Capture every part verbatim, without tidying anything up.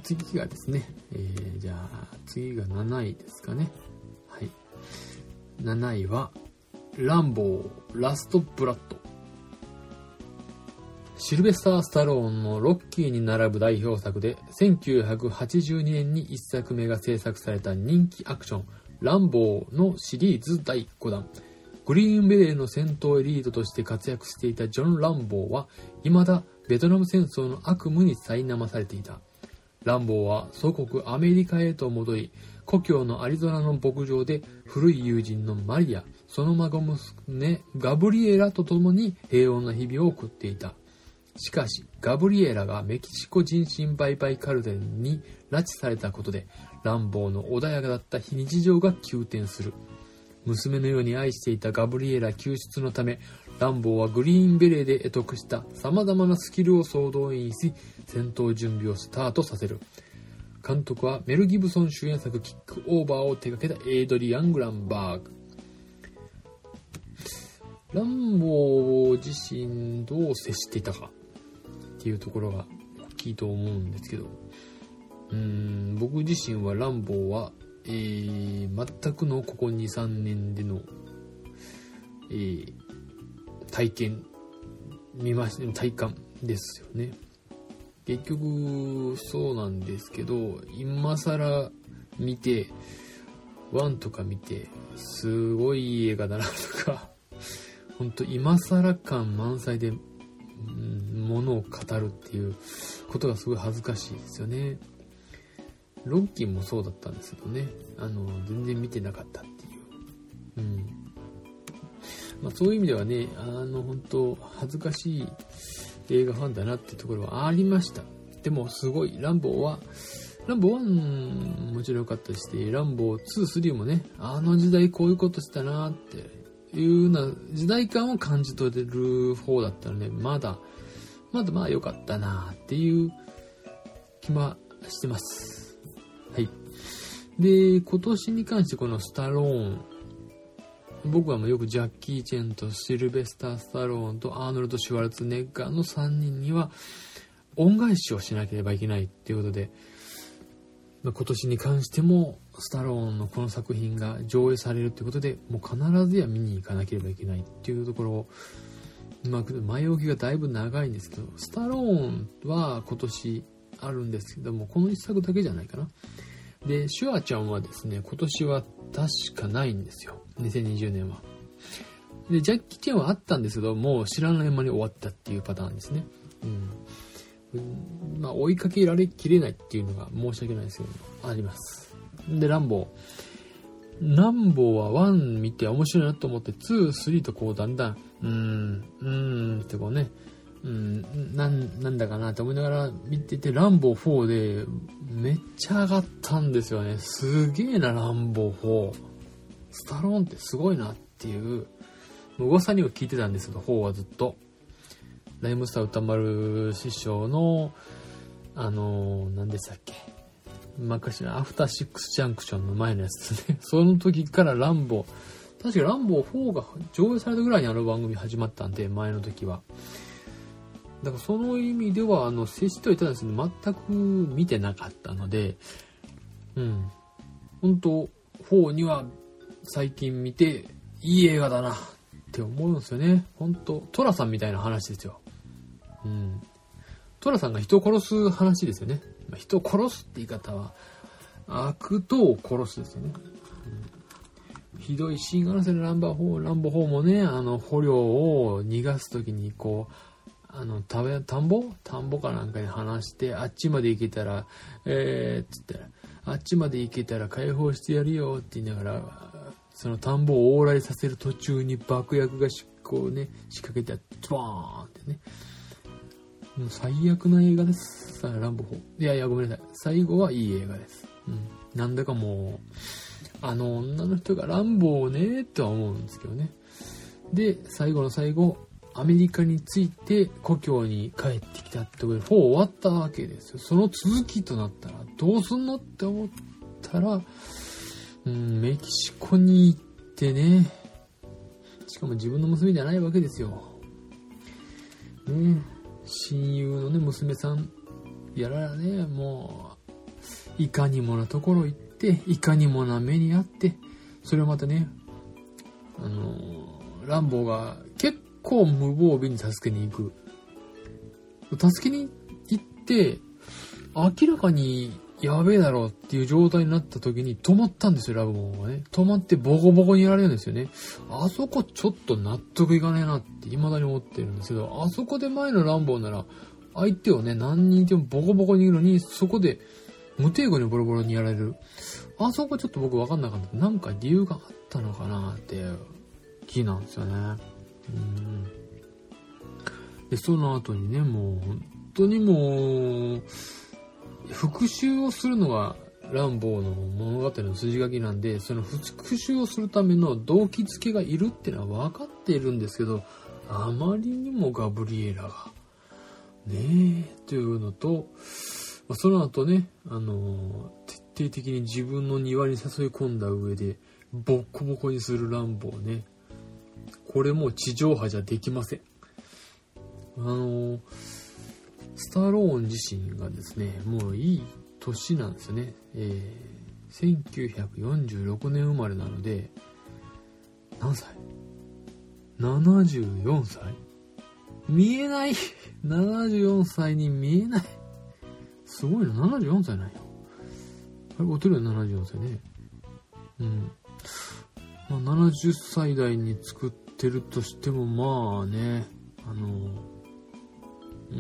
次がですね、えー、じゃあ次がなないですかね。はい。なないはランボーラストブラッド。シルベスター・スタローンのロッキーに並ぶ代表作でせんきゅうひゃくはちじゅうにねんにいっさくめが制作された人気アクションランボーのシリーズだいごだん。グリーンベレーの戦闘エリートとして活躍していたジョン・ランボーは未だベトナム戦争の悪夢に苛まされていた。ランボーは祖国アメリカへと戻り、故郷のアリゾナの牧場で古い友人のマリア、その孫娘ガブリエラと共に平穏な日々を送っていた。しかし、ガブリエラがメキシコ人身売買カルテルに拉致されたことで、ランボーの穏やかだった非日常が急転する。娘のように愛していたガブリエラ救出のため、ランボーはグリーンベレーで得得した様々なスキルを総動員し、戦闘準備をスタートさせる。監督はメル・ギブソン主演作キックオーバーを手掛けたエイドリアン・グランバーグ。ランボー自身どう接していたかっていうところが大きいと思うんですけど、うーん僕自身はランボーは、えー、全くのここ に,さん 年での、えー、体験見ました体感ですよね。結局そうなんですけど、今更見てワンとか見てすごいいい映画だなとか本当今更感満載で、うん、ものを語るっていうことがすごい恥ずかしいですよね。ロッキーもそうだったんですけどね、あの全然見てなかったっていう、うんまあ、そういう意味ではね、あの本当恥ずかしい映画ファンだなっていうところはありました。でもすごいランボーはランボーワンもちろん良かったし、ランボーツー、スリーもね、あの時代こういうことしたなっていうような時代感を感じ取れる方だったので、まだまだまあ良かったなっていう気はしてます。はい。で、今年に関してこのスタローン、僕はもうよくジャッキー・チェンとシルベスター・スタローンとアーノルド・シュワルツェネッガーのさんにんには恩返しをしなければいけないっていうことで、まあ、今年に関してもスタローンのこの作品が上映されるってことで、もう必ずや見に行かなければいけないっていうところを、まあ、前置きがだいぶ長いんですけど、スタローンは今年あるんですけども、この一作だけじゃないかな。で、シュワちゃんはですね、今年は確かないんですよ。にせんにじゅうねんは。で、ジャッキー・チェンはあったんですけど、もう知らない間に終わったっていうパターンですね。うん。うん、まあ、追いかけられきれないっていうのが申し訳ないですけど、あります。で、ランボー。ランボーはワン見て面白いなと思って、ツー、スリーとこうだんだん、うーん、うーんってこうね、うん、な、なんだかなって思いながら見てて、ランボーフォーでめっちゃ上がったんですよね。すげえな、ランボーフォー。スタローンってすごいなっていう、噂には聞いてたんですけど、フォーはずっと。ライムスター歌丸師匠の、あのー、何でしたっけ。昔のアフターシックスジャンクションの前のやつですね。その時からランボー、確かランボーフォーが上映されたぐらいにあの番組始まったんで、前の時は。だからその意味では、あの、接してはいたんですけど、全く見てなかったので、うん。本当フォーには最近見て、いい映画だなって思うんですよね。本当トラさんみたいな話ですよ。うん。トラさんが人を殺す話ですよね。まあ、人を殺すって言い方は、悪党を殺すですよね。うん、ひどいシーンがあるんですよね。ランボーフォー、ランボーフォーもね、あの、捕虜を逃がすときに、こう、あの、田んぼ田んぼかなんかに話して、あっちまで行けたら、えー、つったら、あっちまで行けたら解放してやるよって言いながら、その田んぼを往来させる途中に爆薬がこうね、仕掛けてあって、ズバーンってね。もう最悪な映画です。さあ、ランボーフォー。いやいや、ごめんなさい。最後はいい映画です。うん。なんだかもう、あの女の人がランボーねーとは思うんですけどね。で、最後の最後、アメリカに着いて故郷に帰ってきたってことで、フォー終わったわけですよ。その続きとなったらどうすんのって思ったら、うん、メキシコに行ってね、しかも自分の娘じゃないわけですよ。ね、親友のね、娘さんやらね、もいかにもなところ行って、いかにもな目にあって、それをまたね、あのー、ランボーが結構無防備に助けに行く。助けに行って、明らかにやべえだろうっていう状態になった時に止まったんですよ、ラブモンはね。止まってボコボコにやられるんですよね。あそこちょっと納得いかねえなって未だに思ってるんですけど、あそこで前のランボーなら、相手をね、何人いてもボコボコにいるのに、そこで無抵抗にボロボロにやられる。あそこちょっと僕分かんなかった。なんか理由があったのかなっていう気なんですよね。うんで、その後にね、もう本当にもう、復讐をするのがランボーの物語の筋書きなんで、その復讐をするための動機付けがいるっていうのは分かっているんですけど、あまりにもガブリエラがねえというのと、その後ね、あの徹底的に自分の庭に誘い込んだ上でボッコボコにするランボーね。これもう地上波じゃできません。あのスタローン自身がですね、もういい年なんですよね。えー、せんきゅうひゃくよんじゅうろくねん生まれなので、何歳 ?ななじゅうよんさい見えないななじゅうよんさいに見えない。すごいな、ななじゅうよんさいなんよ。あれ、おてるよななじゅうよんさいね。うん。まあ、ななじゅっさい代に作ってるとしても、まあね、あの、うん、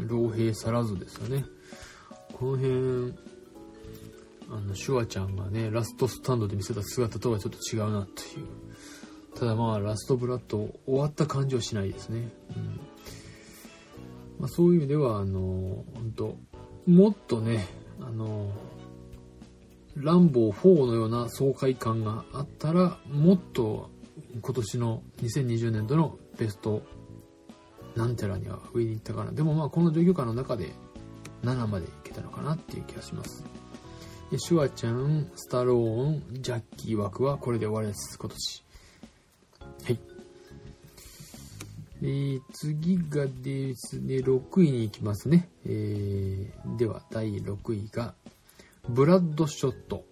老兵さらずですよね。この辺、あの、シュワちゃんがね、ラストスタンドで見せた姿とはちょっと違うなっていう。ただまあ、ラストブラッド終わった感じはしないですね。うんまあ、そういう意味では、あの、本当もっとね、あの、ランボーフォーのような爽快感があったら、もっと今年のにせんにじゅうねんどのベストなんてらには上に行ったかな。でもまあこの状況下の中でななまでいけたのかなっていう気がします。でシュワちゃん、スタローン、ジャッキー枠はこれで終わりです、今年。はい。えー、次がですね、ろくいに行きますね。えー、ではだいろくいがブラッドショット。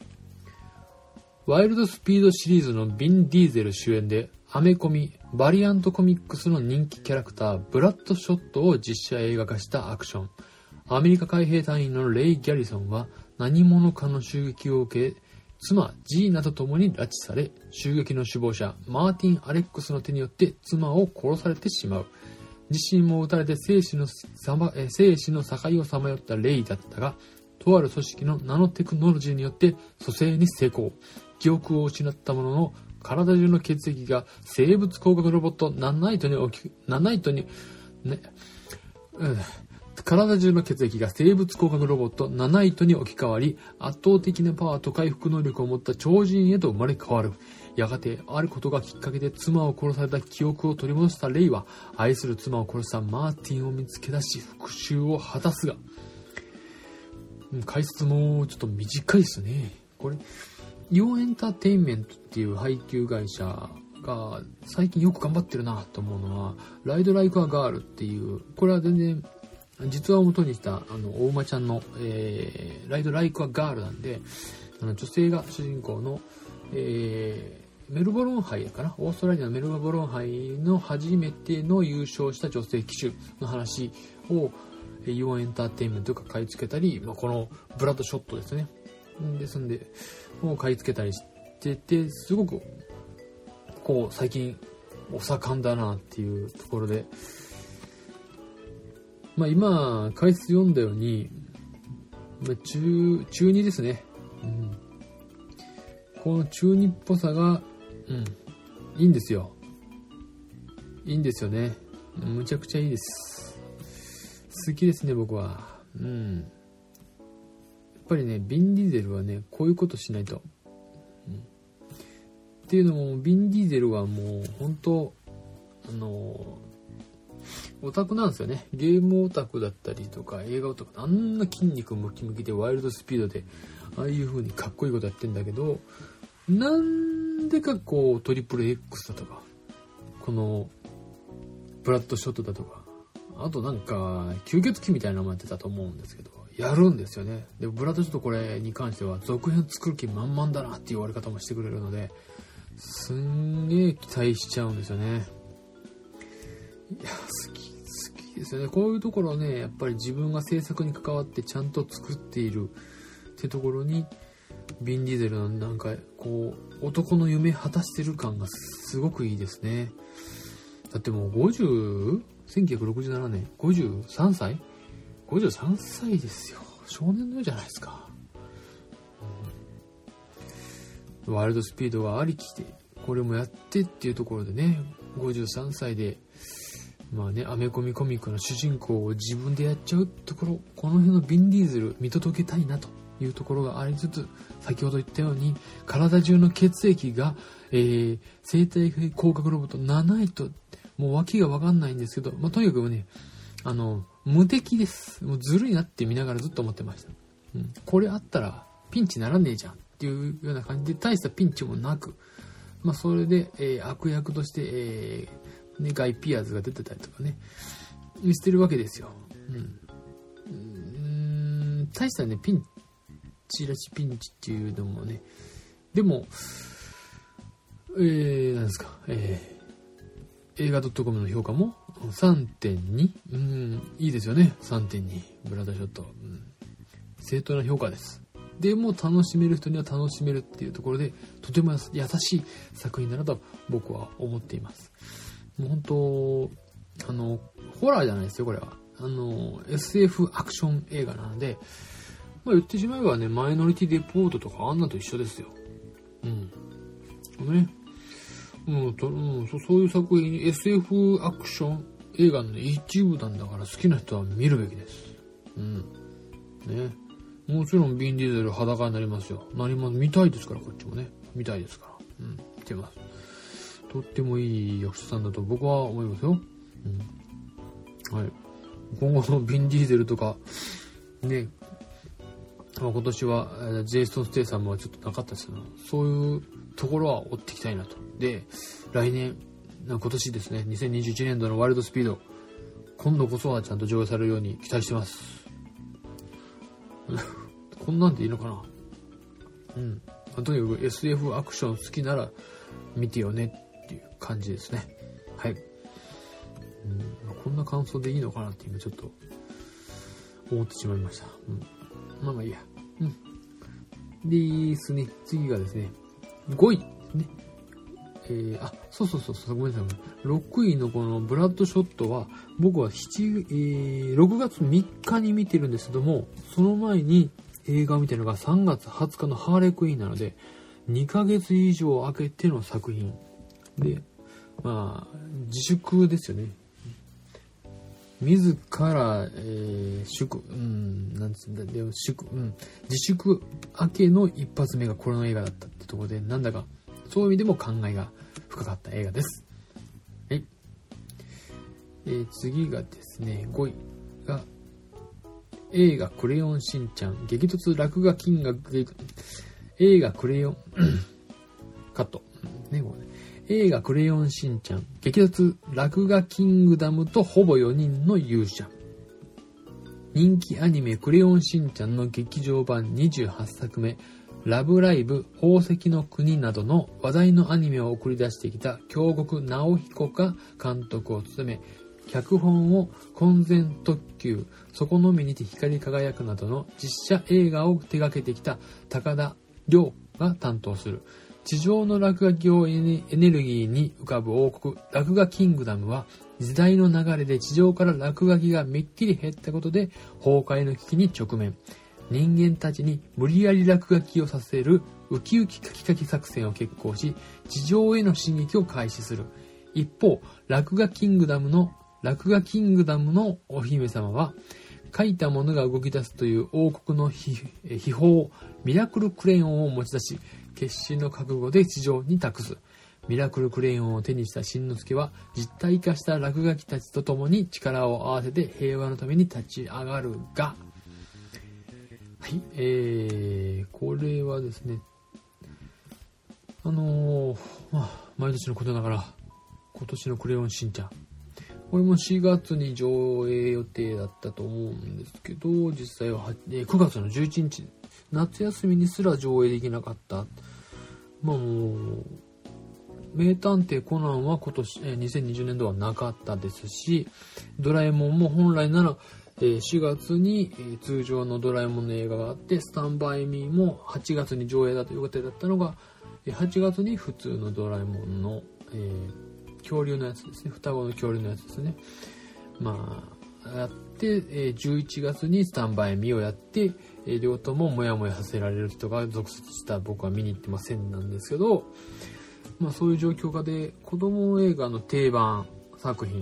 ワイルドスピードシリーズのビン・ディーゼル主演でアメコミ、バリアントコミックスの人気キャラクターブラッドショットを実写映画化したアクション。アメリカ海兵隊員のレイ・ギャリソンは何者かの襲撃を受け、妻ジーナと共に拉致され、襲撃の首謀者マーティン・アレックスの手によって妻を殺されてしまう。自身も撃たれて生死のさま、生死の境をさまよったレイだったが、とある組織のナノテクノロジーによって蘇生に成功。記憶を失ったものの、体中の血液が生物工学ロボットナナイトに置き、ナナイトに、ね、うん、体中の血液が生物工学ロボットナナイトに置き換わり、圧倒的なパワーと回復能力を持った超人へと生まれ変わる。やがて、あることがきっかけで妻を殺された記憶を取り戻したレイは、愛する妻を殺したマーティンを見つけ出し、復讐を果たすが、解説もちょっと短いですね。これ、イオンエンターテインメントっていう配給会社が最近よく頑張ってるなと思うのは、ライドライクアガールっていう、これは全然実話を元にしたあのお馬ちゃんの、えー、ライドライクアガールなんで、あの女性が主人公の、えー、メルボルン杯かな、オーストラリアのメルボルン杯の初めての優勝した女性騎手の話をイオンエンターテインメントが買い付けたり、まあ、このブラッドショットですね。ですんで、もう買い付けたりしてて、すごくこう最近お盛んだなっていうところで、まあ今解説読んだように、まあ、中中二ですね、うん、この中二っぽさが、うん、いいんですよ。いいんですよね。むちゃくちゃいいです。好きですね、僕は。うん。やっぱりね、ビン・ディーゼルはね、こういうことしないと。うん、っていうのも、ビン・ディーゼルはもう、本当あのー、オタクなんですよね。ゲームオタクだったりとか、映画オタク、あんな筋肉ムキムキでワイルドスピードで、ああいう風にかっこいいことやってんだけど、なんでかこう、トリプル X だとか、この、ブラッドショットだとか、あとなんか、吸血鬼みたいなのもやってたと思うんですけど、 やるんですよね。で、ブラッドショットこれに関しては続編作る気満々だなっていう言われ方もしてくれるので、すんげえ期待しちゃうんですよね。いや、好き、好きですよね。こういうところね、やっぱり自分が制作に関わってちゃんと作っているってところに、ビン・ディーゼルのなんかこう男の夢果たしてる感がすごくいいですね。だってもうごじゅう、せんきゅうひゃくろくじゅうななねん、ごじゅうさんさい ?ごじゅうさんさいですよ。少年のようじゃないですか。うん、ワイルドスピードがありきで、これもやってっていうところでね、ごじゅうさんさいで、まあね、アメコミコミックの主人公を自分でやっちゃうところ、この辺のビン・ディーゼル見届けたいなというところがありつつ、先ほど言ったように体中の血液が、えー、生体工学ロボットナナイト、もう訳が分かんないんですけど、まあ、とにかくね、あの無敵です。もうずるいなって見ながらずっと思ってました、うん、これあったらピンチならねえじゃんっていうような感じで、大したピンチもなく、まあ、それで、えー、悪役として、えーね、ガイ・ピアーズが出てたりとかねしてるわけですよ、うん、うーん大したねピンチらしピンチっていうのもね、でもえー、なんですか、えー、映画 .com の評価も さんてんに、うん、いいですよね。 さんてんに ブラッドショット、うん、正当な評価です。でも楽しめる人には楽しめるっていうところで、とても優しい作品だなと僕は思っています。もう本当あのホラーじゃないですよ、これは。あの エスエフ アクション映画なので、まあ、言ってしまえばね、マイノリティレポートとかあんなと一緒ですよ。うんね、うんとうん、そ, そういう作品 エスエフ アクション映画の、ね、一部なんだから、好きな人は見るべきです。うんね、もちろんビン・ディーゼル裸になりますよ。なります。見たいですから、こっちもね見たいですから、うん、見てます。とってもいい役者さんだと僕は思いますよ。うん、はい。今後のビン・ディーゼルとかね、まあ、今年はジェイソン・ステイさんもちょっとなかったですけど、そういうところは追っていきたいなと。で、来年、今年ですね、にせんにじゅういちねんどのワイルドスピード、今度こそはちゃんと上映されるように期待してます。こんなんでいいのかな。うん。とにかく エスエフ アクション好きなら見てよねっていう感じですね。はい。うん、こんな感想でいいのかなって今ちょっと思ってしまいました。うん、まあまあいいや。うん。ですね。次がですね、ごいですね。えー、あ、そうそうそうそう、ごめんなさい。ろくいのこのブラッドショットは、僕は7、えー、ろくがつみっかに見てるんですけども、その前に映画を見てるのがさんがつはつかのハーレクイーンなので、にかげつ以上空けての作品。で、まあ、自粛ですよね。自ら、えー、祝、うん、なんつうんだ、でも祝、うん、自粛明けの一発目がこの映画だったってところで、なんだか、そういう意味でも考えが深かった映画です。はい。えー、次がですね、ごいが、映画クレヨンしんちゃん、激突落書きが、映画クレヨン、カット。ね、これね。映画クレヨンしんちゃん、激突落書キングダムとほぼよにんの勇者。人気アニメクレヨンしんちゃんの劇場版にじゅうはっさくめ、ラブライブ、宝石の国などの話題のアニメを送り出してきた京極直彦が監督を務め、脚本を婚前特急、そこのみにて光り輝くなどの実写映画を手掛けてきた高田亮が担当する。地上の落書きをエネルギーに浮かぶ王国、落書キングダムは、時代の流れで地上から落書きがめっきり減ったことで崩壊の危機に直面。人間たちに無理やり落書きをさせるウキウキカキカキ作戦を決行し、地上への進撃を開始する。一方、落書キングダムの落書キングダムのお姫様は、書いたものが動き出すという王国の秘宝、ミラクルクレヨンを持ち出し、決心の覚悟で地上に託す。ミラクルクレヨンを手にしたしんのすけは、実体化した落書きたちと共に力を合わせて平和のために立ち上がるが、はい、えー、これはですね、あのー、まあ、毎年のことながら、今年のクレヨンしんちゃん、 これもしがつに上映予定だったと思うんですけど、実際はくがつのじゅういちにち、夏休みにすら上映できなかった。まあもう、名探偵コナンは今年、にせんにじゅうねんどはなかったですし、ドラえもんも本来ならしがつに通常のドラえもんの映画があって、スタンバイミーもはちがつに上映だという予定だったのが、はちがつに普通のドラえもんの、えー恐竜のやつですね。双子の恐竜のやつですね。まあ、やって、じゅういちがつにスタンバイミーをやって、両方ともモヤモヤさせられる人が続出した僕は見に行ってませんなんですけど、まあそういう状況下で子供映画の定番作品。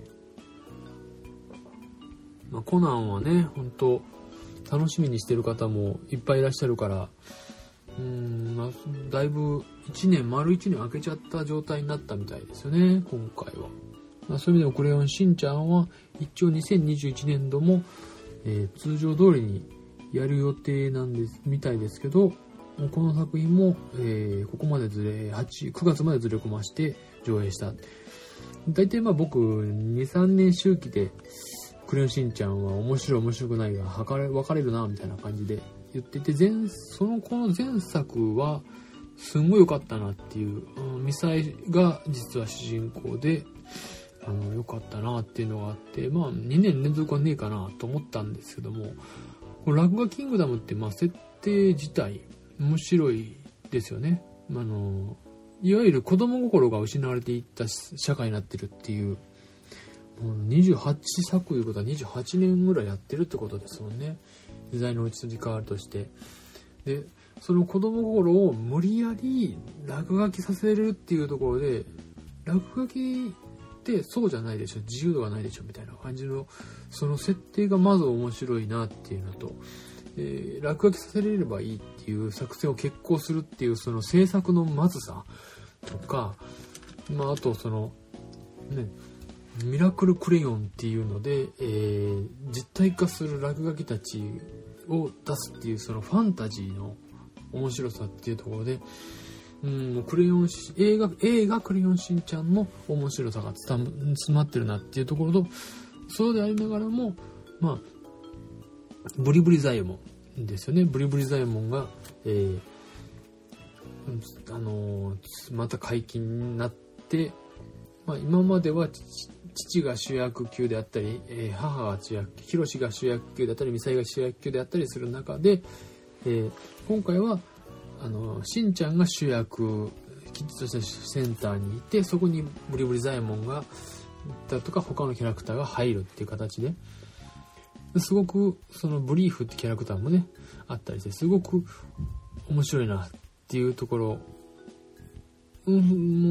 まあコナンはね、本当楽しみにしてる方もいっぱいいらっしゃるから、うーんまあ、だいぶいちねん、丸いちねん空けちゃった状態になったみたいですよね、今回は。まあ、そういう意味でもクレヨンしんちゃんは一応にせんにじゅういちねんども、えー、通常通りにやる予定なんですみたいですけど、この作品も、えー、ここまでずれくがつまでずれ込まして上映した。大体まあ僕にさんねん周期でクレヨンしんちゃんは面白い面白くないが分かれ、分かれるなみたいな感じで言ってて、前そのこの前作はすんごい良かったなっていう、うん、ミサイが実は主人公であの良かったなっていうのがあって、まあにねん連続はねえかなと思ったんですけども、このラクガキングダムってまあ設定自体面白いですよね。あのいわゆる子供心が失われていった社会になってるっていう、にじゅうはちさくいうことはにじゅうはちねんぐらいやってるってことですもんね。時代の移り変わりとして。で、その子供心を無理やり落書きさせるっていうところで、落書きってそうじゃないでしょ、自由度がないでしょみたいな感じの、その設定がまず面白いなっていうのと、えー、落書きさせれればいいっていう作戦を決行するっていうその制作のまずさとか、まああとそのね、ミラクルクレヨンっていうので、えー、実体化する落書きたちを出すっていうそのファンタジーの面白さっていうところで、うん、クレヨンし映画映画クレヨンしんちゃんの面白さが詰まってるなっていうところと、そうでありながらも、まあブリブリザイモンですよね。ブリブリザイモンが、えー、あのー、また解禁になって、まあ、今までは父が主役級であったり、えー、母が主役、ヒロシが主役級であったり、ミサイが主役級であったりする中で、えー、今回はあのしんちゃんが主役、きちっとしたセンターにいて、そこにブリブリザイモンがだとか他のキャラクターが入るっていう形で、すごくそのブリーフってキャラクターもねあったりして、すごく面白いなっていうところ、うん、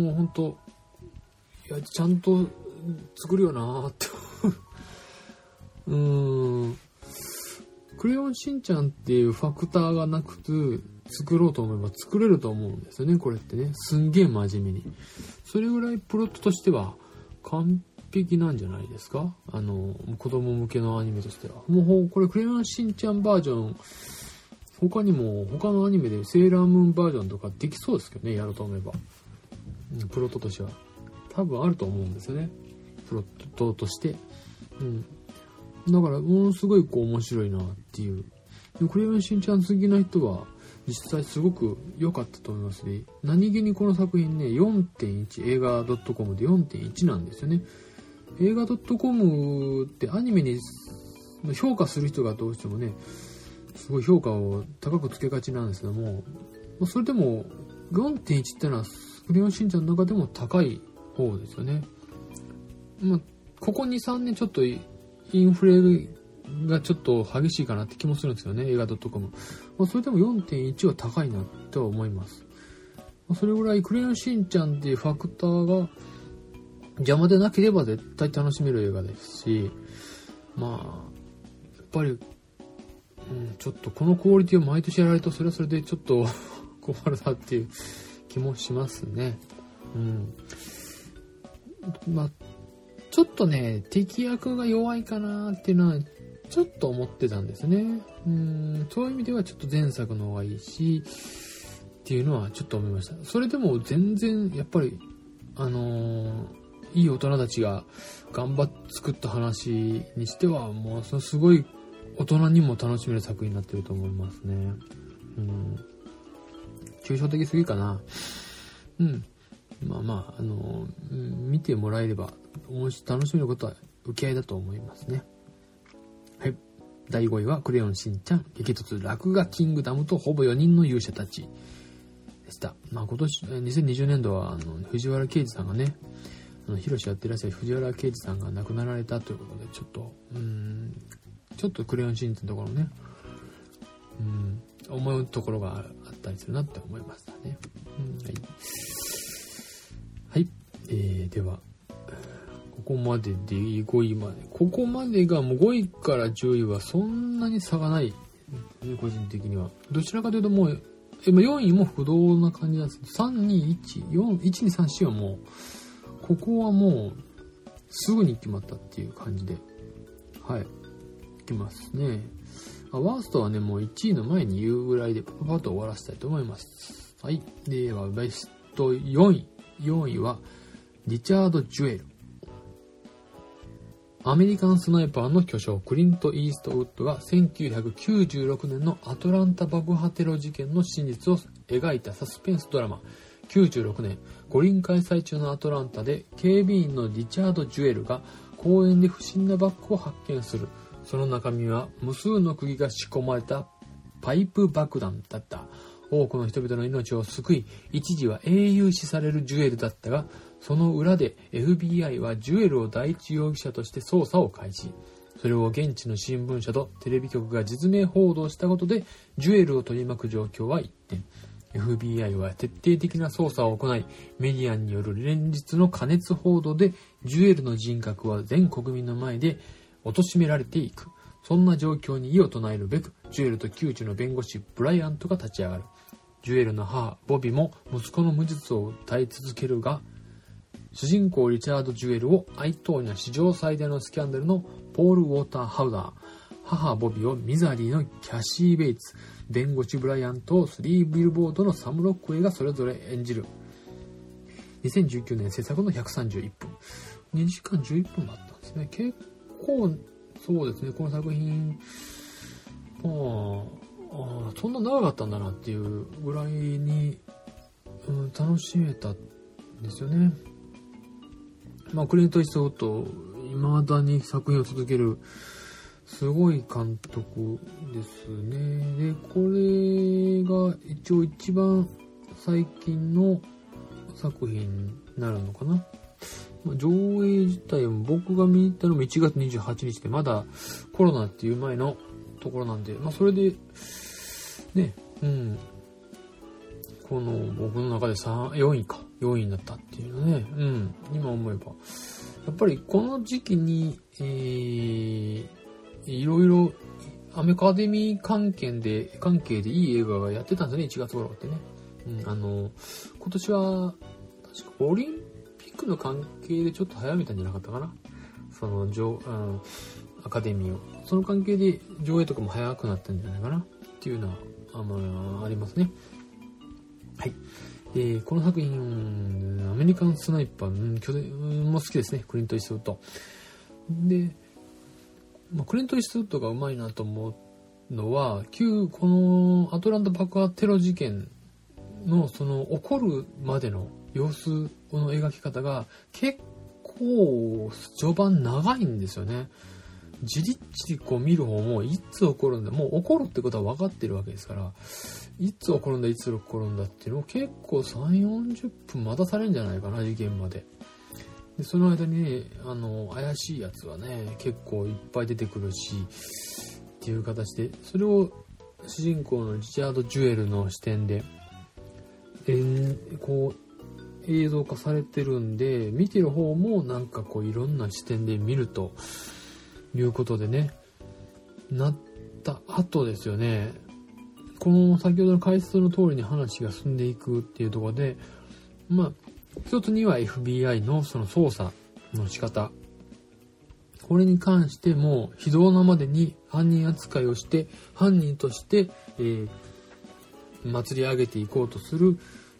もう本当いやちゃんと作るよなーってうーんクレヨンしんちゃんっていうファクターがなくて作ろうと思えば作れると思うんですよね。これってね、すんげえ真面目に、それぐらいプロットとしては完璧なんじゃないですか。あの子供向けのアニメとしてはもうこれクレヨンしんちゃんバージョン、他にも他のアニメでセーラームーンバージョンとかできそうですけどね、やろうと思えば。プロットとしては多分あると思うんですよね、プロットとして。うん、だからものすごいこう面白いなっていう。クレヨンしんちゃん好きな人は実際すごく良かったと思いますね。何気にこの作品ね よんてんいち 映画 .com で よんてんいち なんですよね。映画 .com ってアニメに評価する人がどうしてもねすごい評価を高くつけがちなんですけども、それでも よんてんいち ってのはクレヨンしんちゃんの中でも高い方ですよね。まあ、ここ にさんねんちょっとインフレがちょっと激しいかなって気もするんですよね、映画 .com。まあ、それでも よんてんいち は高いなとは思います。まあ、それぐらいクレヨンしんちゃんっていうファクターが邪魔でなければ絶対楽しめる映画ですし、まあやっぱり、うん、ちょっとこのクオリティを毎年やられるとそれはそれでちょっと困るなっていう気もしますね。うん。まあちょっとね敵役が弱いかなっていうのはちょっと思ってたんですね。うん、そういう意味ではちょっと前作の方がいいしっていうのはちょっと思いました。それでも全然やっぱりあのー、 いい大人たちが頑張って作った話にしては、もうそのすごい大人にも楽しめる作品になってると思いますね。うん。抽象的すぎかな。うん。まあまあ、あの、うん、見てもらえれば、楽しめることは受け合いだと思いますね。はい。だいごいはクレヨンしんちゃん激突落書キングダムとほぼよにんの勇者たちでした。まあ今年、にせんにじゅうねんどは、あの、藤原啓治さんがね、あの、ヒロシやってらっしゃる藤原啓治さんが亡くなられたということで、ちょっと、うーん、ちょっとクレヨンしんちゃんのところね、うん、思うところがあったりするなって思いましたね。うん、はい。はい。えー、では、ここまででごいまで。ここまでがもうごいからじゅういはそんなに差がない。個人的には。どちらかというともう、えよんいも不動な感じなんですけど、さん、に、いち、よん、いち、に、さん、よんはもう、ここはもう、すぐに決まったっていう感じで。はい。いきますね。あ、ワーストはね、もういちいの前に言うぐらいで、パパパッと終わらせたいと思います。はい。では、ベストよんい。よんいは、リチャード・ジュエル。アメリカンスナイパーの巨匠クリント・イーストウッドがせんきゅうひゃくきゅうじゅうろくねんのアトランタ爆破テロ事件の真実を描いたサスペンスドラマ。きゅうじゅうろくねん、五輪開催中のアトランタで警備員のリチャード・ジュエルが公園で不審なバッグを発見する。その中身は無数の釘が仕込まれたパイプ爆弾だった。多くの人々の命を救い、一時は英雄視されるジュエルだったが、その裏で エフビーアイ はジュエルを第一容疑者として捜査を開始。それを現地の新聞社とテレビ局が実名報道したことで、ジュエルを取り巻く状況は一転。エフビーアイ は徹底的な捜査を行い、メディアによる連日の過熱報道で、ジュエルの人格は全国民の前で貶められていく。そんな状況に異を唱えるべく、ジュエルと旧知の弁護士ブライアントが立ち上がる。ジュエルの母ボビも息子の無実を訴え続けるが、主人公リチャード・ジュエルを愛党には史上最大のスキャンダルのポール・ウォーター・ハウダー、母ボビをミザリーのキャシー・ベイツ、弁護士ブライアントをスリービルボードのサム・ロックウェイがそれぞれ演じる。にせんじゅうきゅうねん制作のひゃくさんじゅういっぷん。にじかんじゅういっぷんだったんですね。結構、そうですね、この作品、まあ、あそんな長かったんだなっていうぐらいに、うん、楽しめたんですよね。まあ、クリント・イーストウッド、未だに作品を続ける、すごい監督ですね。で、これが一応一番最近の作品になるのかな。まあ、上映自体も僕が見に行ったのもいちがつにじゅうはちにちで、まだコロナっていう前のところなんで、まあ、それで、ね、うん。この僕の中でさん、よんいか。よんいになったっていうのね。うん。今思えば。やっぱりこの時期に、えー、いろいろアメカデミー関係で、関係でいい映画がやってたんですよね。いちがつ頃ってね。うん。あの、今年は、確かオリンピックの関係でちょっと早めたんじゃなかったかな。その、上、うん、アカデミーを。その関係で上映とかも早くなったんじゃないかな。っていうのは、あの、ありますね。はい。えー、この作品、アメリカンスナイパー、うん、巨大も好きですね。クリント・イーストウッド。で、まあ、クリント・イーストウッドがうまいなと思うのは、旧、このアトランタ爆破テロ事件の、その、起こるまでの様子の描き方が、結構、序盤長いんですよね。じりっちりこう見る方も、いつ起こるんだ、もう起こるってことは分かってるわけですから、いつ起こるんだ、いつ起こるんだっていうのを結構さん、よんじゅっぷん待たされるんじゃないかな、事件まで。で、その間にね、あの、怪しいやつはね、結構いっぱい出てくるし、っていう形で、それを主人公のリチャード・ジュエルの視点で、えー、こう、映像化されてるんで、見てる方もなんかこういろんな視点で見るということでね、なった後ですよね。この先ほどの解説の通りに話が進んでいくっていうところで、まあ、一つには エフビーアイ のその捜査の仕方。これに関しても非道なまでに犯人扱いをして、犯人として、えー、祭り上げていこうとする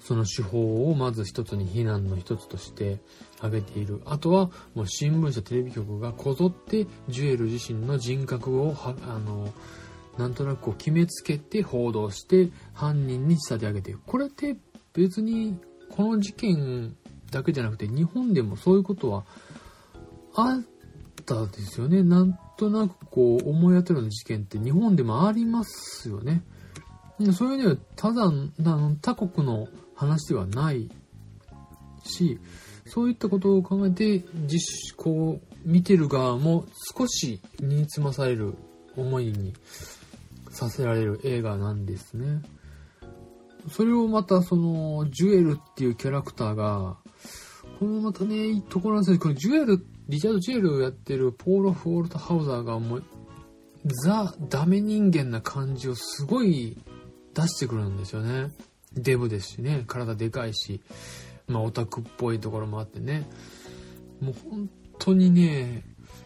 その手法をまず一つに非難の一つとして挙げている。あとはもう新聞社テレビ局がこぞってジュエル自身の人格をはあのなんとなくこう決めつけて報道して犯人に仕立て上げている。これって別にこの事件だけじゃなくて日本でもそういうことはあったですよね。なんとなくこう思い当たるような事件って日本でもありますよね。そういうね、他山、他国の話ではないし、そういったことを考えて、実こう見てる側も少し身につまされる思いにさせられる映画なんですね。それをまたそのジュエルっていうキャラクターが、このまたね、いいところなんですけど、このジュエル、リチャード・ジュエルをやってるポール・フォールト・ハウザーがもう、ザ・ダメ人間な感じをすごい出してくるんですよね。デブですしね、体でかいし、まあオタクっぽいところもあってね、もう本当にね、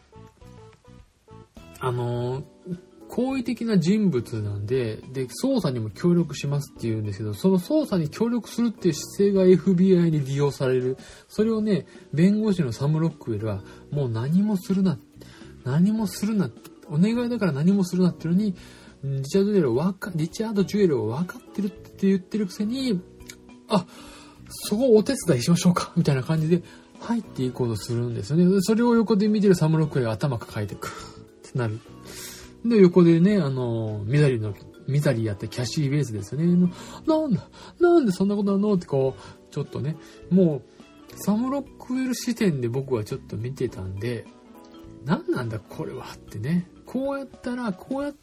あの好意的な人物なんで、で捜査にも協力しますって言うんですけど、その捜査に協力するっていう姿勢が エフビーアイ に利用される。それをね、弁護士のサム・ロックウェルはもう何もするな、何もするな、お願いだから何もするなっていうのに。リチャード・ジュエルをわか、リチャード・ジュエルを分かってるって言ってるくせに、あ、そこをお手伝いしましょうかみたいな感じで入っていこうとするんですよね。それを横で見てるサム・ロックウェルが頭抱えてくってなる。で、横でね、あの、ミザリーの、ミザリーやってキャシー・ベースですよね。なんだ、なんでそんなことなのってこう、ちょっとね、もう、サム・ロックウェル視点で僕はちょっと見てたんで、なんなんだこれはってね。こうやったら、こうやって、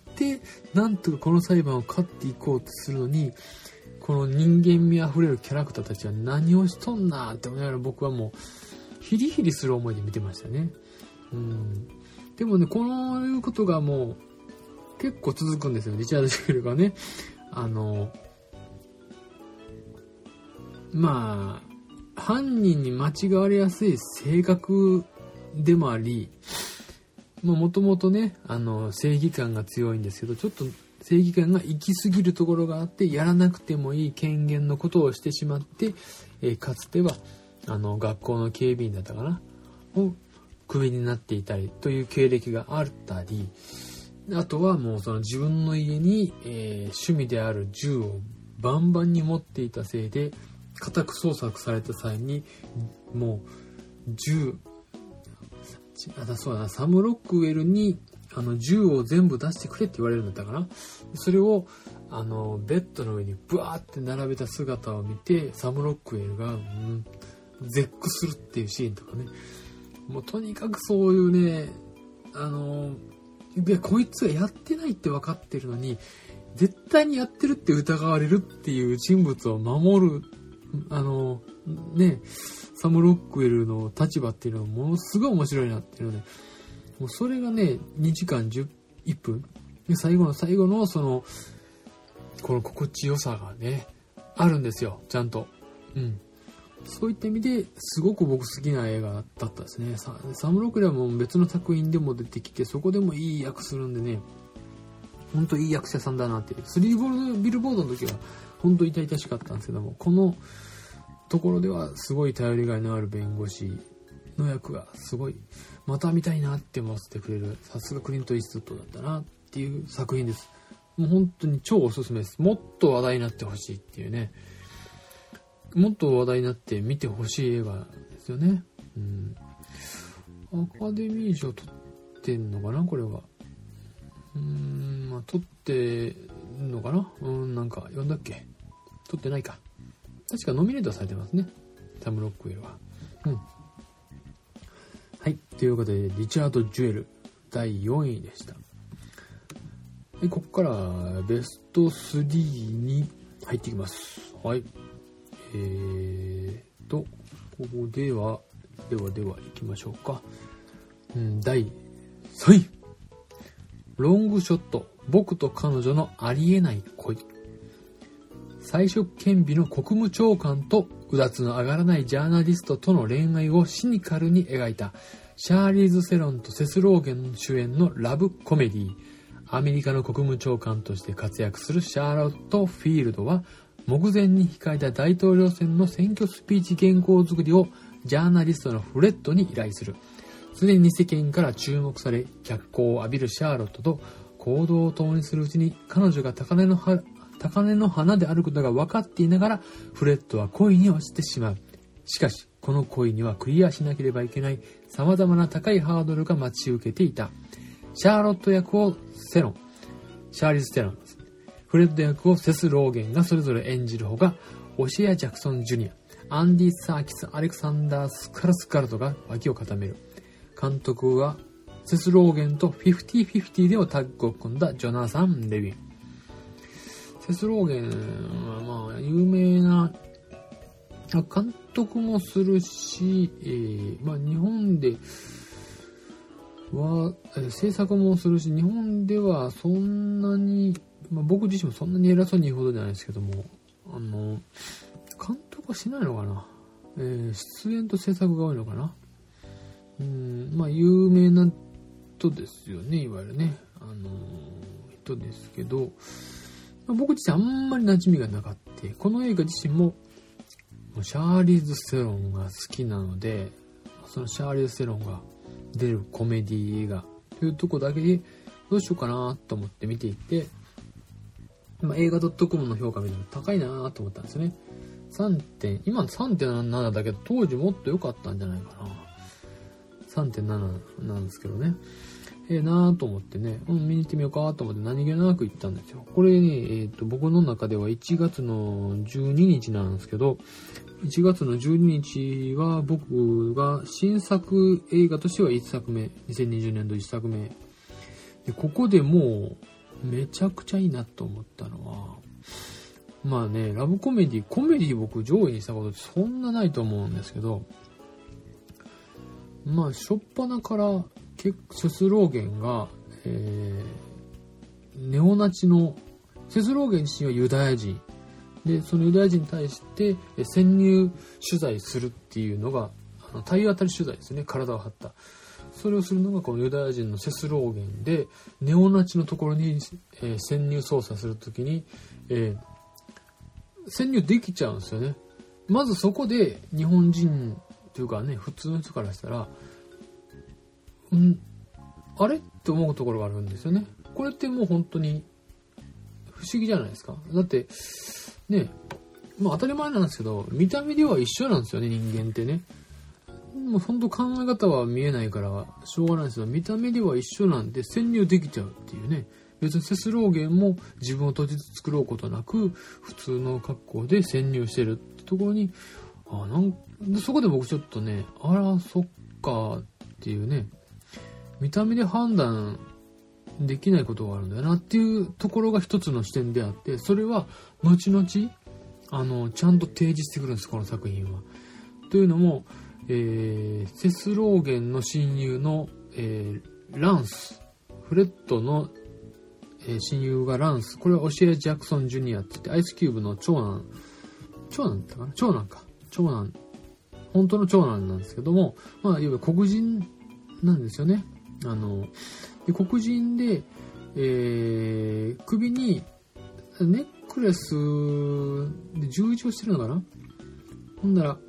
なんとかこの裁判を勝っていこうとするのに、この人間味あふれるキャラクターたちは何をしとんなって思いながら僕はもう、ヒリヒリする思いで見てましたね。うん。でもね、このいうことがもう、結構続くんですよ。リチャード・ジュエルがね。あの、まあ、犯人に間違われやすい性格でもあり、もともとね、あの、正義感が強いんですけど、ちょっと正義感が行き過ぎるところがあって、やらなくてもいい権限のことをしてしまって、えー、かつては、あの、学校の警備員だったかなをクビになっていたりという経歴があったり、あとはもうその自分の家に、えー、趣味である銃をバンバンに持っていたせいで、家宅捜索された際に、もう、銃、あだそうだな、サム・ロックウェルにあの銃を全部出してくれって言われるんだったかな。それをあのベッドの上にブワーって並べた姿を見て、サム・ロックウェルが、うん、絶句するっていうシーンとかね。もうとにかくそういうね、あのいやこいつがやってないって分かってるのに絶対にやってるって疑われるっていう人物を守る、あのね、サム・ロックウェルの立場っていうのはものすごい面白いなっていうので、もうそれがね、にじかんじゅういっぷんで最後の最後のそのこの心地よさがねあるんですよ、ちゃんと。うん。そういった意味ですごく僕好きな映画だったですね。サ, サム・ロックウェルはもう別の作品でも出てきて、そこでもいい役するんでね、ほんといい役者さんだなっていう。スリーボールビルボードの時はほんと痛々しかったんですけども、このところではすごい頼りがいのある弁護士の役がすごいまた見たいなって思わせてくれる、さすがクリント・イーストウッドだったなっていう作品です。もう本当に超おすすめです。もっと話題になってほしいっていうね、もっと話題になって見てほしい映画ですよね。うん、アカデミー賞取ってんのかなこれは。うーん、まあ、取ってんのかな。うん、なんか読んだっけ。取ってないか。確かノミネートされてますね、サム・ロックウェルは。うん。はい。ということで、リチャード・ジュエルだいよんいでした。で、ここからベストスリーに入っていきます。はい。えーと、ここでは、ではでは行きましょうか。うん、だいさんい。ロングショット、僕と彼女のありえない恋。才色兼備の国務長官とうだつの上がらないジャーナリストとの恋愛をシニカルに描いたシャーリーズ・セロンとセス・ローゲン主演のラブコメディ。アメリカの国務長官として活躍するシャーロット・フィールドは目前に控えた大統領選の選挙スピーチ原稿作りをジャーナリストのフレッドに依頼する。すでに世間から注目され、脚光を浴びるシャーロットと行動を共にするうちに、彼女が高嶺の花、高嶺の花であることが分かっていながら、フレッドは恋に落ちてしまう。しかし、この恋にはクリアしなければいけない様々な高いハードルが待ち受けていた。シャーロット役をセロン、シャーリズ・テロン、フレッド役をセス・ローゲンがそれぞれ演じるほか、オシエア・ジャクソン・ジュニア、アンディ・サーキス・アレクサンダー・スカルスガルトが脇を固める。監督はセス・ローゲンとフィフティフィフティでをタッグを組んだジョナサン・レヴィン。セス・ローゲンはまあ有名な監督もするし、えー、まあ日本では、えー、制作もするし、日本ではそんなに、まあ、僕自身もそんなに偉そうに言うほどじゃないですけども、あの監督はしないのかな、えー、出演と制作が多いのかな。うん、まあ有名な人ですよね、いわゆるね、あの人ですけど、まあ、僕自身あんまり馴染みがなかった。この映画自身もシャーリーズ・セロンが好きなので、そのシャーリーズ・セロンが出るコメディ映画というとこだけでどうしようかなと思って見ていて、まあ、映画 .com の評価見ても高いなと思ったんですよね。さんてん今の さんてんなな だけど当時もっと良かったんじゃないかな。さんてんなな なんですけどね。ええー、なぁと思ってね、うん、見に行ってみようかと思って何気なく行ったんですよ。これね、えっと、僕の中ではいちがつのじゅうににちなんですけど、いちがつのじゅうににちは僕が新作映画としてはいっさくめ、にせんにじゅうねんどいっさくめ。で、ここでもうめちゃくちゃいいなと思ったのは、まあね、ラブコメディ、コメディ僕上位にしたことってそんなないと思うんですけど、まあ、しょっぱなから、セスローゲンが、えー、ネオナチの、セスローゲン自身はユダヤ人。で、そのユダヤ人に対して潜入取材するっていうのが、あの体当たり取材ですね、体を張った。それをするのがこのユダヤ人のセスローゲンで、ネオナチのところに、えー、潜入捜査するときに、えー、潜入できちゃうんですよね。まずそこで日本人というかね、普通の人からしたら、うん、あれって思うところがあるんですよね。これってもう本当に不思議じゃないですか。だってね、まあ当たり前なんですけど、見た目では一緒なんですよね、人間ってね。もう本当考え方は見えないからしょうがないですけど、見た目では一緒なんで潜入できちゃうっていうね。別にセスローゲンも自分を閉じ作ろうことなく普通の格好で潜入してるってところに、あなんでそこで僕ちょっとね、あらそっかっていうね、見た目で判断できないことがあるんだよなっていうところが一つの視点であって、それは後々あのちゃんと提示してくるんです、この作品は。というのも、えー、セスローゲンの親友の、えー、ランス、フレッドの、えー、親友がランス、これはオシエア・ジャクソン・ジュニアって言ってアイスキューブの長男、長男だったかな、長男か、長男、本当の長男なんですけども、まあいわゆる黒人なんですよね。あので黒人で、えー、首にネックレスで十字をしてるのかな。ほんだら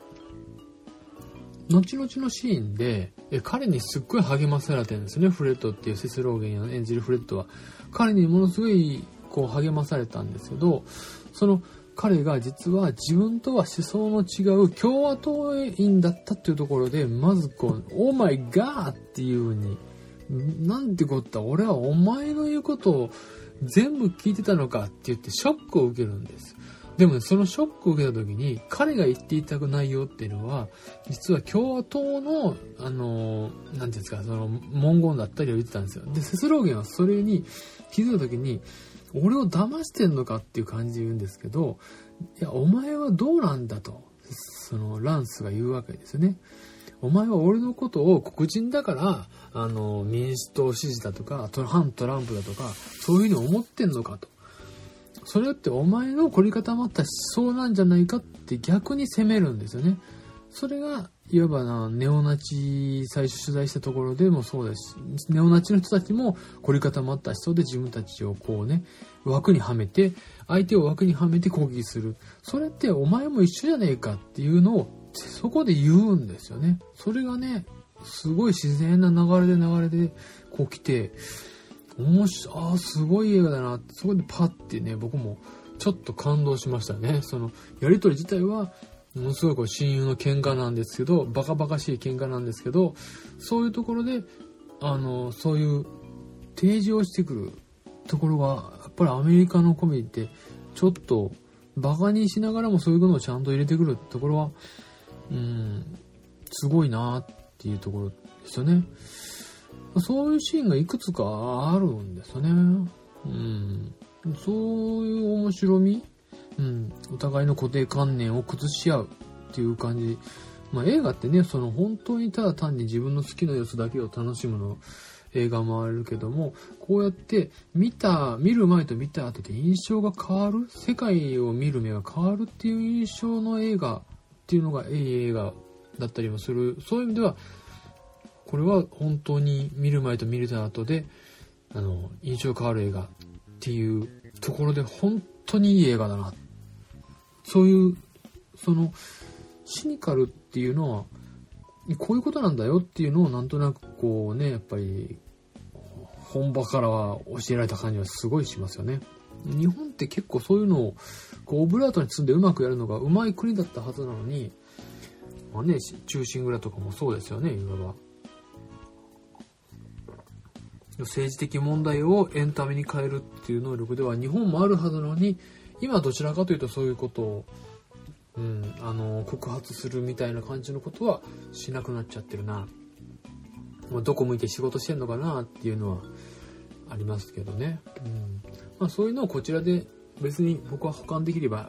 後々のシーンでえ彼にすっごい励まされてるんですよね。フレッドっていうセスローゲン演じるフレッドは彼にものすごいこう励まされたんですけど、その彼が実は自分とは思想の違う共和党員だったっていうところで、まずこう、オーマイガーっていう風に、なんてこった、俺はお前の言うことを全部聞いてたのかって言ってショックを受けるんです。でもね、そのショックを受けた時に、彼が言っていた内容っていうのは、実は共和党の、あの、なんていうんですか、その文言だったりを言ってたんですよ。で、セスローゲンはそれに気づいた時に、俺を騙してんのかっていう感じで言うんですけど、いや、お前はどうなんだと、そのランスが言うわけですよね。お前は俺のことを黒人だから、あの、民主党支持だとか、反トランプだとか、そういうふうに思ってんのかと。それってお前の凝り固まった思想なんじゃないかって逆に責めるんですよね。それが、 いわばな、ネオナチ最初取材したところでもそうです。ネオナチの人たちも凝り固まった思想で自分たちをこうね、枠にはめて、相手を枠にはめて攻撃する。それってお前も一緒じゃねえかっていうのをそこで言うんですよね。それがね、すごい自然な流れで流れでこう来て、面白い、ああ、すごい映画だなって、そこでパッてね、僕もちょっと感動しましたね。そのやりとり自体は、ものすごいこう親友の喧嘩なんですけど、バカバカしい喧嘩なんですけど、そういうところで、あの、そういう提示をしてくるところが、やっぱりアメリカのコメディってちょっとバカにしながらもそういうのをちゃんと入れてくるところは、うん、すごいなっていうところですよね。そういうシーンがいくつかあるんですよね。うん、そういう面白み、うん、お互いの固定観念を崩し合うっていう感じ。まあ映画ってね、その本当にただ単に自分の好きな様子だけを楽しむの映画もあるけども、こうやって見た、見る前と見た後で印象が変わる、世界を見る目が変わるっていう印象の映画っていうのがいい映画だったりもする。そういう意味では、これは本当に見る前と見た後で、あの、印象変わる映画っていうところで本当にいい映画だな。そういう、その、シニカルっていうのは、こういうことなんだよっていうのをなんとなくこうね、やっぱり、本場からは教えられた感じはすごいしますよね。日本って結構そういうのを、こう、オブラートに包んでうまくやるのがうまい国だったはずなのに、まあね、忠臣蔵とかもそうですよね、いわば。政治的問題をエンタメに変えるっていう能力では日本もあるはずなのに、今どちらかというとそういうことを、うん、あの告発するみたいな感じのことはしなくなっちゃってるな。どこ向いて仕事してんのかなっていうのはありますけどね。うん、まあ、そういうのをこちらで別に僕は補完できれば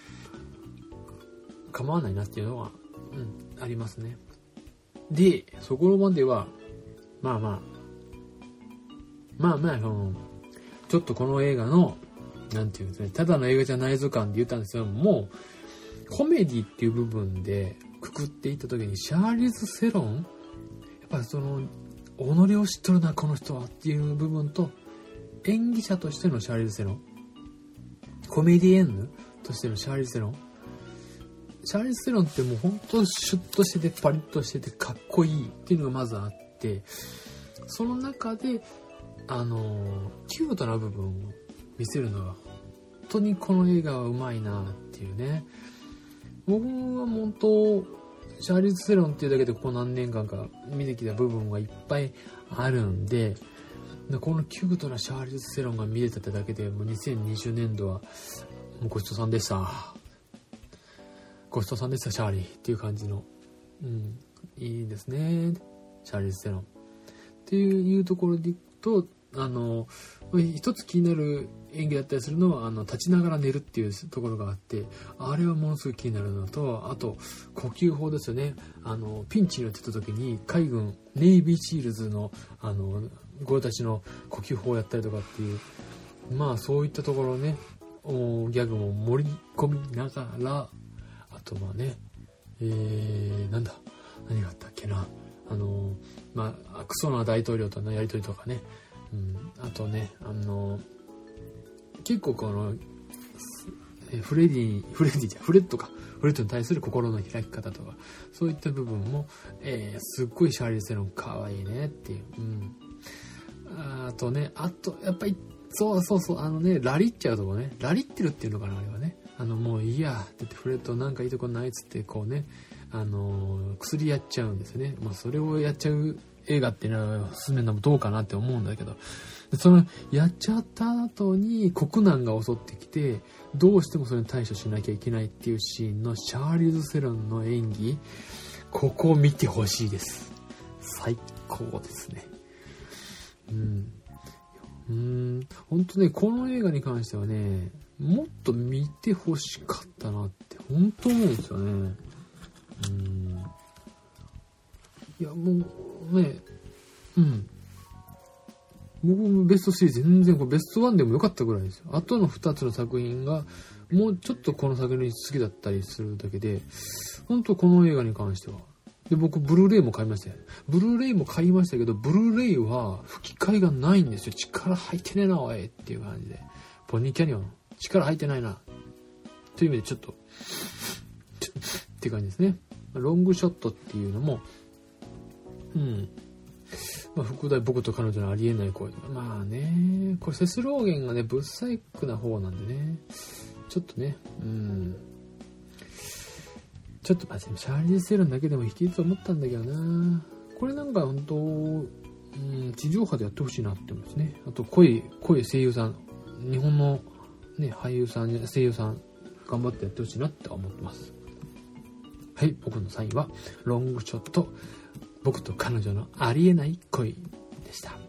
構わないなっていうのは、うん、ありますね。で、そこまではまあまあまあまあそのちょっとこの映画のなんていうんですね、ただの映画じゃないぞ感で言ったんですけども、コメディっていう部分でくくっていった時にシャーリーズ・セロン、やっぱりその己を知っとるなこの人はっていう部分と、演技者としてのシャーリーズ・セロン、コメディエンヌとしてのシャーリーズ・セロン、シャーリーズ・セロンってもう本当シュッとしててパリッとしててかっこいいっていうのがまずあって、その中であのキュートな部分を見せるのが本当にこの映画はうまいなっていうね。僕は本当シャーリーズ・セロンっていうだけでここ何年間か見てきた部分がいっぱいあるんで、このキュートなシャーリーズ・セロンが見れたってだけでもうにせんにじゅうねんどはもうごちそうさんでした、ごちそうさんでしたシャーリーっていう感じの、うん、いいですねシャーリーズ・セロンっていうところでいくと、あの一つ気になる演技だったりするのは、あの立ちながら寝るっていうところがあって、あれはものすごい気になるのと、あと呼吸法ですよね。あのピンチになってた時に海軍ネイビーシールズのあのゴーたちの呼吸法をやったりとかっていう、まあそういったところね、ギャグも盛り込みながら、あとまあね、えー、なんだ何があったっけな、あのまあクソな大統領とのやりとりとかね、うん、あとね、あの結構このフレディフレディじゃフレッドかフレッドに対する心の開き方とか、そういった部分も、えー、すっごいシャーリーズ・セロンかわいいねっていう、うん、あとね、あとやっぱりそうそうそう、あのね、ラリっちゃうとこね、ラリってるっていうのかな、あれはね、あのもういいやって言ってフレッドなんかいいとこないっつってこうね、あの薬やっちゃうんですよね。まあそれをやっちゃう映画っていうのは進めるのもどうかなって思うんだけど、そのやっちゃった後に国難が襲ってきて、どうしてもそれに対処しなきゃいけないっていうシーンのシャーリーズ・セロンの演技、ここを見てほしいです。最高ですね。うんうーん本当ね、この映画に関してはね、もっと見てほしかったなって本当思うんですよね。うんいやもうね、うん僕もベストスリー全然これベストワンでもよかったぐらいですよ。あとのふたつの作品がもうちょっとこの作品好きだったりするだけで、本当この映画に関してはで、僕、ブルーレイも買いましたよ。ブルーレイも買いましたけど、ブルーレイは吹き替えがないんですよ。力入ってねえな、おいっていう感じで。ポニーキャニオン、力入ってないな。という意味でちょっと、って感じですね。ロングショットっていうのも、うん。まあ、副題、僕と彼女のありえない恋。まあね、これセスローゲンがね、ブッサイクな方なんでね。ちょっとね、うん。ちょっと、まあ、シャーリーズ・セロンだけでも弾けると思ったんだけどな。これなんか本当、うん、地上波でやってほしいなって思いますね。あと、声、声声優さん、日本のね、俳優さん、声優さん、頑張ってやってほしいなって思ってます。はい、僕のサインは、ロングショット、僕と彼女のありえない恋でした。